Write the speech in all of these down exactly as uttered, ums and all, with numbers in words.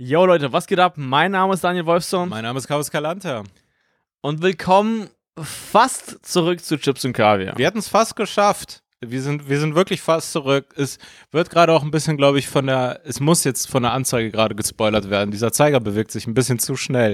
Yo Leute, was geht ab? Mein Name ist Daniel Wolfson. Mein Name ist Chaos Kalanta. Und willkommen fast zurück zu Chips und Kaviar. Wir hatten es fast geschafft. Wir sind, wir sind wirklich fast zurück. Es wird gerade auch ein bisschen, glaube ich, von der, es muss jetzt von der Anzeige gerade gespoilert werden. Dieser Zeiger bewegt sich ein bisschen zu schnell.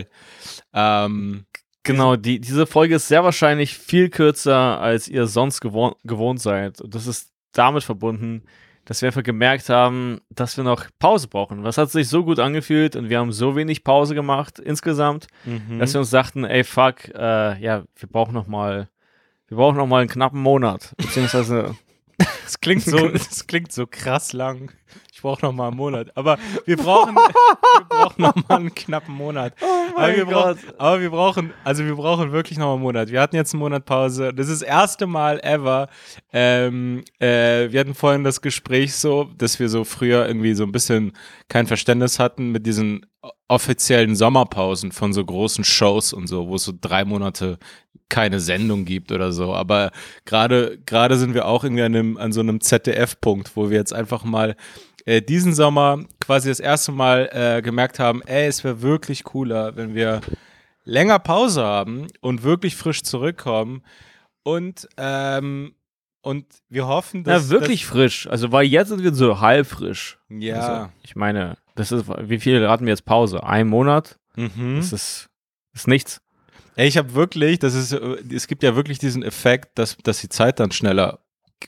Ähm, genau, die, diese Folge ist sehr wahrscheinlich viel kürzer, als ihr sonst gewohnt, gewohnt seid. Und das ist damit verbunden, dass wir einfach gemerkt haben, dass wir noch Pause brauchen. Was hat sich so gut angefühlt und wir haben so wenig Pause gemacht insgesamt, mhm. dass wir uns dachten, ey fuck, äh, ja, wir brauchen noch mal, wir brauchen noch mal einen knappen Monat, beziehungsweise das klingt so, das klingt so krass lang. Ich brauche noch mal einen Monat. Aber wir brauchen, wir brauchen noch mal einen knappen Monat. Oh aber, wir Gott. brauchen, aber wir brauchen, also wir brauchen wirklich noch mal einen Monat. Wir hatten jetzt einen Monat Pause. Das ist das erste Mal ever. Ähm, äh, wir hatten vorhin das Gespräch so, dass wir so früher irgendwie so ein bisschen kein Verständnis hatten mit diesen offiziellen Sommerpausen von so großen Shows und so, wo es so drei Monate keine Sendung gibt oder so, aber gerade gerade sind wir auch irgendwie an, einem, an so einem Z D F-Punkt, wo wir jetzt einfach mal äh, diesen Sommer quasi das erste Mal äh, gemerkt haben, ey, es wäre wirklich cooler, wenn wir länger Pause haben und wirklich frisch zurückkommen und ähm, und wir hoffen, dass... Ja, wirklich dass, frisch, also weil jetzt sind wir so halb frisch. Ja. Also, ich meine, das ist, wie viel hatten wir jetzt Pause? Ein Monat? Mhm. Das ist, ist nichts. Ey, ich habe wirklich, das ist, es gibt ja wirklich diesen Effekt, dass, dass die Zeit dann schneller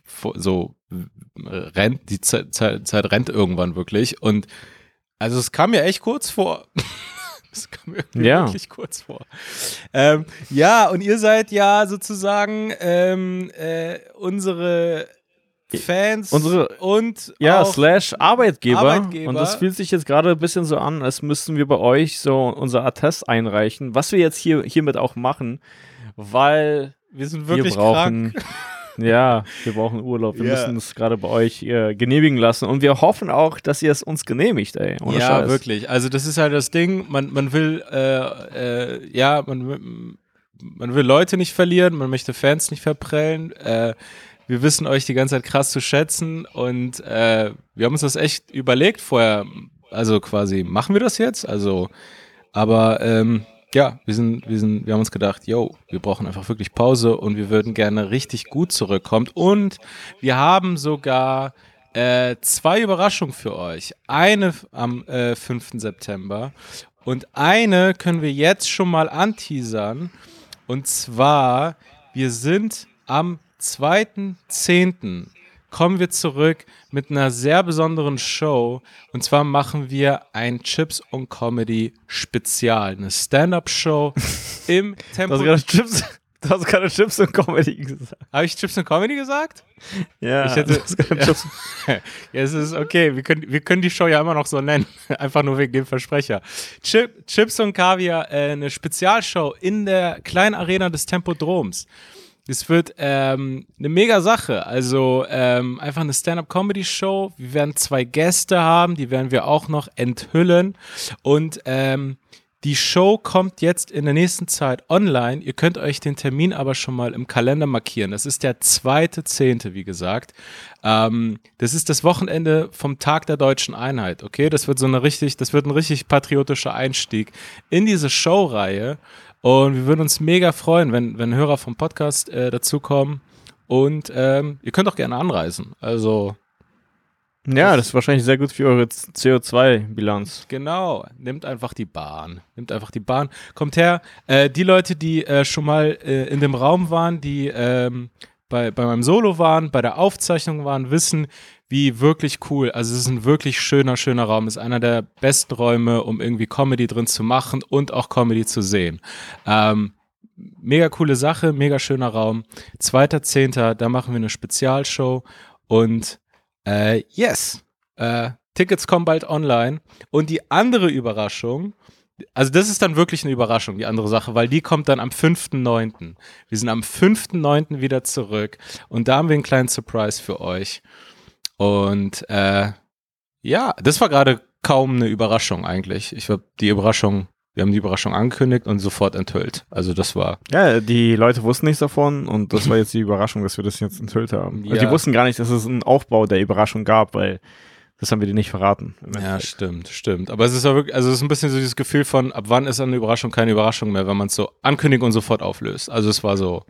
so rennt, die Zeit, Zeit, Zeit rennt irgendwann wirklich und also es kam mir echt kurz vor. Es kam mir ja. wirklich kurz vor. Ähm, ja, und ihr seid ja sozusagen ähm, äh, unsere Fans unsere, und ja, auch slash Arbeitgeber. Arbeitgeber. Und das fühlt sich jetzt gerade ein bisschen so an, als müssten wir bei euch so unser Attest einreichen, was wir jetzt hier hiermit auch machen, weil wir sind wirklich wir brauchen, krank. Ja, wir brauchen Urlaub. Wir yeah. müssen es gerade bei euch äh, genehmigen lassen und wir hoffen auch, dass ihr es uns genehmigt, ey. Ohne ja, Scheiß. wirklich. Also das ist halt das Ding, man, man will, äh, äh, ja, man, man will Leute nicht verlieren, man möchte Fans nicht verprellen, äh, wir wissen euch die ganze Zeit krass zu schätzen und äh, wir haben uns das echt überlegt vorher, also quasi, machen wir das jetzt? Also, aber ähm, ja, wir sind, wir sind, wir haben uns gedacht, yo, wir brauchen einfach wirklich Pause und wir würden gerne richtig gut zurückkommen und wir haben sogar äh, zwei Überraschungen für euch. Eine am äh, fünften September und eine können wir jetzt schon mal anteasern und zwar, wir sind am zweiten zehnten kommen wir zurück mit einer sehr besonderen Show und zwar machen wir ein Chips und Comedy Spezial, eine Stand-Up-Show im Tempo. Du hast gerade Chips, du hast gerade Chips und Comedy gesagt. Habe ich Chips und Comedy gesagt? Ja, ich hätte, du hast gerade Chips. Ja, es ist okay, wir können, wir können die Show ja immer noch so nennen, einfach nur wegen dem Versprecher. Chip, Chips und Kaviar, äh, eine Spezialshow in der kleinen Arena des Tempodroms. Es wird ähm, eine mega Sache, also ähm, einfach eine Stand-Up-Comedy-Show. Wir werden zwei Gäste haben, die werden wir auch noch enthüllen und ähm, die Show kommt jetzt in der nächsten Zeit online. Ihr könnt euch den Termin aber schon mal im Kalender markieren. Das ist der zweite zehnte, wie gesagt. Ähm, das ist das Wochenende vom Tag der Deutschen Einheit, okay? Das wird so eine richtig, das wird ein richtig patriotischer Einstieg in diese Showreihe. Und wir würden uns mega freuen, wenn, wenn Hörer vom Podcast äh, dazukommen. Und ähm, ihr könnt auch gerne anreisen. Also. Ja, das ist wahrscheinlich sehr gut für eure C O zwei Bilanz. Genau. Nehmt einfach die Bahn. Nehmt einfach die Bahn. Kommt her. Äh, die Leute, die äh, schon mal äh, in dem Raum waren, die ähm, bei, bei meinem Solo waren, bei der Aufzeichnung waren, wissen, wie wirklich cool. Also es ist ein wirklich schöner, schöner Raum. Es ist einer der besten Räume, um irgendwie Comedy drin zu machen und auch Comedy zu sehen. Ähm, mega coole Sache, mega schöner Raum. zweiter zehnter da machen wir eine Spezialshow und äh, yes, äh, Tickets kommen bald online. Und die andere Überraschung, also das ist dann wirklich eine Überraschung, die andere Sache, weil die kommt dann am fünften neunten Wir sind am fünften neunten wieder zurück und da haben wir einen kleinen Surprise für euch. Und äh, ja, das war gerade kaum eine Überraschung eigentlich. Ich glaube, die Überraschung, wir haben die Überraschung angekündigt und sofort enthüllt. Also das war... Ja, die Leute wussten nichts davon und das war jetzt die Überraschung, dass wir das jetzt enthüllt haben. Ja. Also die wussten gar nicht, dass es einen Aufbau der Überraschung gab, weil Das haben wir dir nicht verraten. Ja, stimmt, stimmt. Aber es ist auch wirklich, also es ist ein bisschen so dieses Gefühl von, ab wann ist eine Überraschung keine Überraschung mehr, wenn man es so ankündigt und sofort auflöst. Also es war so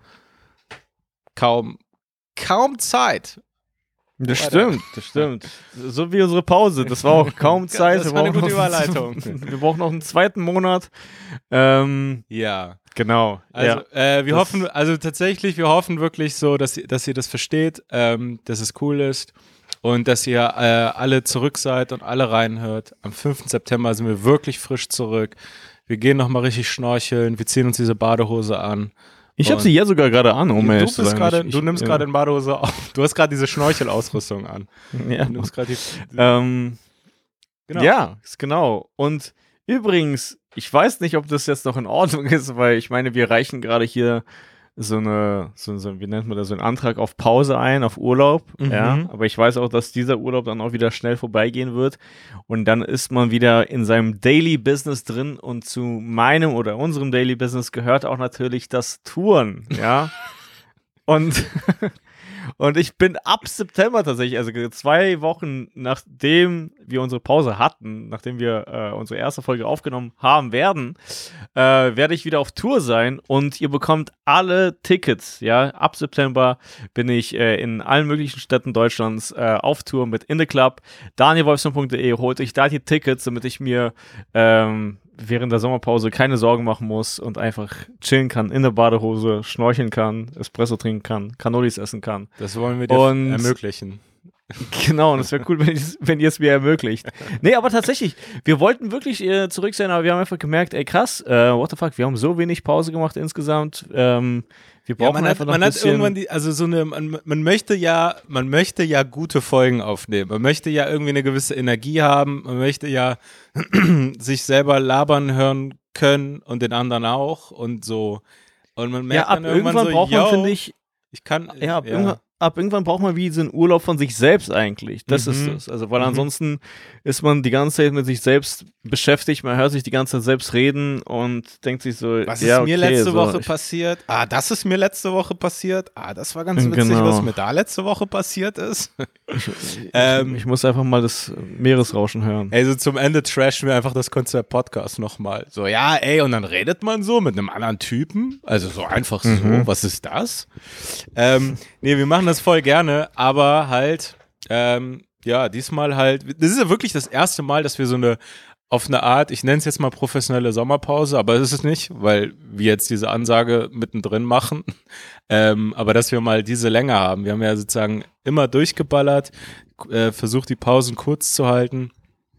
kaum, kaum Zeit. Das stimmt, das stimmt. So wie unsere Pause. Das war auch kaum Zeit. Das war eine gute Überleitung. Wir brauchen noch einen zweiten Monat. Ähm, ja. Genau. Also ja. äh, wir das hoffen, also tatsächlich, wir hoffen wirklich so, dass, dass ihr das versteht, ähm, dass es cool ist und dass ihr äh, alle zurück seid und alle reinhört. Am fünften September sind wir wirklich frisch zurück. Wir gehen nochmal richtig schnorcheln, wir ziehen uns diese Badehose an. Ich habe sie ja sogar gerade an, um du, ehrlich zu bist sein. grade, Ich, du nimmst ja. gerade eine Badehose auf. Du hast gerade diese Schnorchelausrüstung an. Ja. Du nimmst gerade die, ähm, genau. Ja, genau. Und übrigens, ich weiß nicht, ob das jetzt noch in Ordnung ist, weil ich meine, wir reichen gerade hier so eine, so, so, wie nennt man das, so einen Antrag auf Pause ein, auf Urlaub. Mhm. Ja, aber ich weiß auch, dass dieser Urlaub dann auch wieder schnell vorbeigehen wird. Und dann ist man wieder in seinem Daily Business drin. Und zu meinem oder unserem Daily Business gehört auch natürlich das Touren. Ja. Und Und ich bin ab September tatsächlich, also zwei Wochen nachdem wir unsere Pause hatten, nachdem wir äh, unsere erste Folge aufgenommen haben werden, äh, werde ich wieder auf Tour sein und ihr bekommt alle Tickets, ja. Ab September bin ich äh, in allen möglichen Städten Deutschlands äh, auf Tour mit In The Club. daniel wolfson punkt de, holt euch da die Tickets, damit ich mir ähm, während der Sommerpause keine Sorgen machen muss und einfach chillen kann, in der Badehose, schnorcheln kann, Espresso trinken kann, Cannolis essen kann. Das wollen wir dir Und ermöglichen. Genau, und es wäre cool, wenn, wenn ihr es mir ermöglicht. Nee, aber tatsächlich, wir wollten wirklich äh, zurück sein, aber wir haben einfach gemerkt, ey krass, äh, what the fuck, wir haben so wenig Pause gemacht insgesamt. Ähm, wir brauchen ja, man einfach hat, noch man ein hat bisschen... irgendwann die, also so eine, man, man möchte ja, man möchte ja gute Folgen aufnehmen. Man möchte ja irgendwie eine gewisse Energie haben. Man möchte ja sich selber labern hören können und den anderen auch und so. Und man merkt ja, ab dann irgendwann, irgendwann so, braucht man, yo, finde ich, ich kann, ja, ab, ja. Irgendwann, ab irgendwann braucht man wie so einen Urlaub von sich selbst eigentlich. Das Mhm. ist es. Also, weil Mhm. ansonsten ist man die ganze Zeit mit sich selbst beschäftigt, man hört sich die ganze Zeit selbst reden und denkt sich so, Was ja, ist mir okay, letzte so, Woche ich, passiert? Ah, das ist mir letzte Woche passiert. Ah, das war ganz witzig, Genau. was mir da letzte Woche passiert ist. ich, Ähm, ich muss einfach mal das Meeresrauschen hören. Ey, so zum Ende trashen wir einfach das Konzept Podcast nochmal. So, ja, ey, und dann redet man so mit einem anderen Typen. Also so einfach so, Mhm. was ist das? Ähm, nee, wir machen das voll gerne, aber halt, ähm, ja, diesmal halt, das ist ja wirklich das erste Mal, dass wir so eine, auf eine Art, ich nenne es jetzt mal professionelle Sommerpause, aber es ist es nicht, weil wir jetzt diese Ansage mittendrin machen. Ähm, aber dass wir mal diese Länge haben. Wir haben ja sozusagen immer durchgeballert, äh, versucht die Pausen kurz zu halten.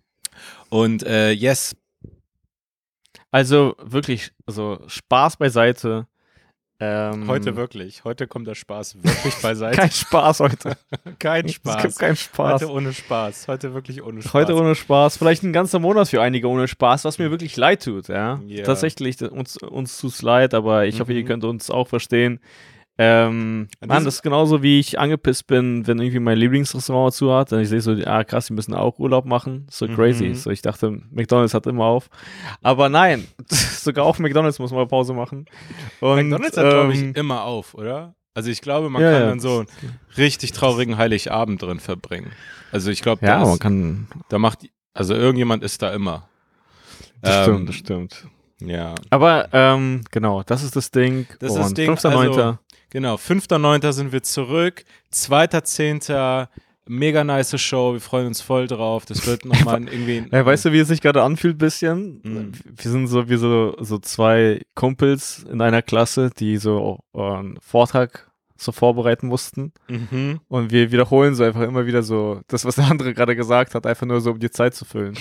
Und äh, yes. Also wirklich, also Spaß beiseite. Ähm, Heute wirklich. Heute kommt der Spaß wirklich beiseite. Kein Spaß heute. Kein Es Spaß. gibt keinen Spaß. Heute ohne Spaß. Heute wirklich ohne Spaß. Heute ohne Spaß. Vielleicht ein ganzer Monat für einige ohne Spaß, was mir wirklich leid tut, ja. Ja. Tatsächlich, uns, uns tut's leid, aber ich Mhm. hoffe, ihr könnt uns auch verstehen. Ähm, An Mann, diesem- das ist genauso, wie ich angepisst bin, wenn irgendwie mein Lieblingsrestaurant zu hat. Dann ich sehe so, ah krass, die müssen auch Urlaub machen. So Mhm. crazy. So, ich dachte, McDonald's hat immer auf. Aber nein, sogar auf McDonald's muss man Pause machen. Und, McDonald's hat, glaube ich, ähm, immer auf, oder? Also ich glaube, man Ja, kann ja. dann so einen richtig traurigen Heiligabend drin verbringen. Also ich glaube, ja, da, man ist- kann. da macht, also irgendjemand ist da immer. Das Ähm, stimmt, das stimmt. Ja. Aber ähm, genau, das ist das Ding. Das ist Und das Ding, fünfter also- neunter Genau, fünfter neunter sind wir zurück, zweiter zehnter mega nice Show, wir freuen uns voll drauf, das wird nochmal irgendwie... Ja, weißt du, wie es sich gerade anfühlt, bisschen? Mhm. Wir sind so wie so, so zwei Kumpels in einer Klasse, die so äh, einen Vortrag so vorbereiten mussten. Mhm. Und wir wiederholen so einfach immer wieder so das, was der andere gerade gesagt hat, einfach nur so, um die Zeit zu füllen.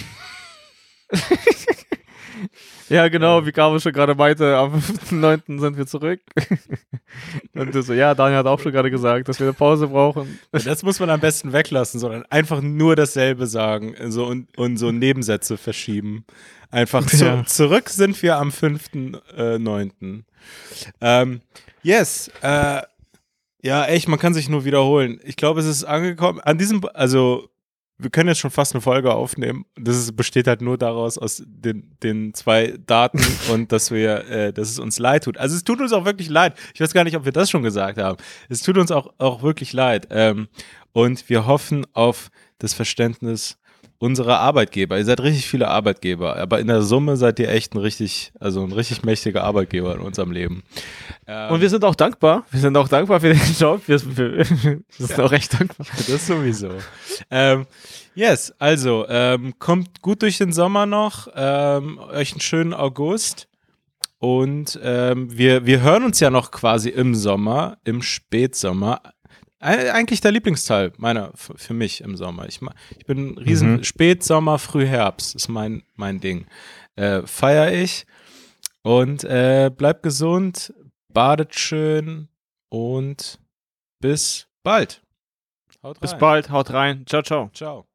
Ja, genau, wie Caro schon gerade meinte, am fünften neunten sind wir zurück. Und du so, ja, Daniel hat auch schon gerade gesagt, dass wir eine Pause brauchen. Das muss man am besten weglassen, sondern einfach nur dasselbe sagen so, und, und so Nebensätze verschieben. Einfach zu, Ja. zurück sind wir am fünften neunten Ähm, yes, äh, ja, echt, man kann sich nur wiederholen. Ich glaube, es ist angekommen, an diesem, also wir können jetzt schon fast eine Folge aufnehmen. Das ist, besteht halt nur daraus, aus den, den zwei Daten und dass wir, äh, dass es uns leid tut. Also es tut uns auch wirklich leid. Ich weiß gar nicht, ob wir das schon gesagt haben. Es tut uns auch, auch wirklich leid. Ähm, und wir hoffen auf das Verständnis unserer Arbeitgeber. Ihr seid richtig viele Arbeitgeber, aber in der Summe seid ihr echt ein richtig, also ein richtig mächtiger Arbeitgeber in unserem Leben. Ähm, und wir sind auch dankbar. Wir sind auch dankbar für den Job. Wir, wir, wir sind ja. auch recht dankbar. Das sowieso. ähm, yes, also ähm, kommt gut durch den Sommer noch. Ähm, euch einen schönen August. Und ähm, wir, wir hören uns ja noch quasi im Sommer, im Spätsommer. Eigentlich der Lieblingsteil meiner, für mich im Sommer. Ich, ich bin ein riesen mhm. Spätsommer, Frühherbst ist mein, mein Ding. Äh, feier ich und äh, bleibt gesund, badet schön und bis bald. Haut rein. Bis bald, haut rein. Ciao, ciao. Ciao.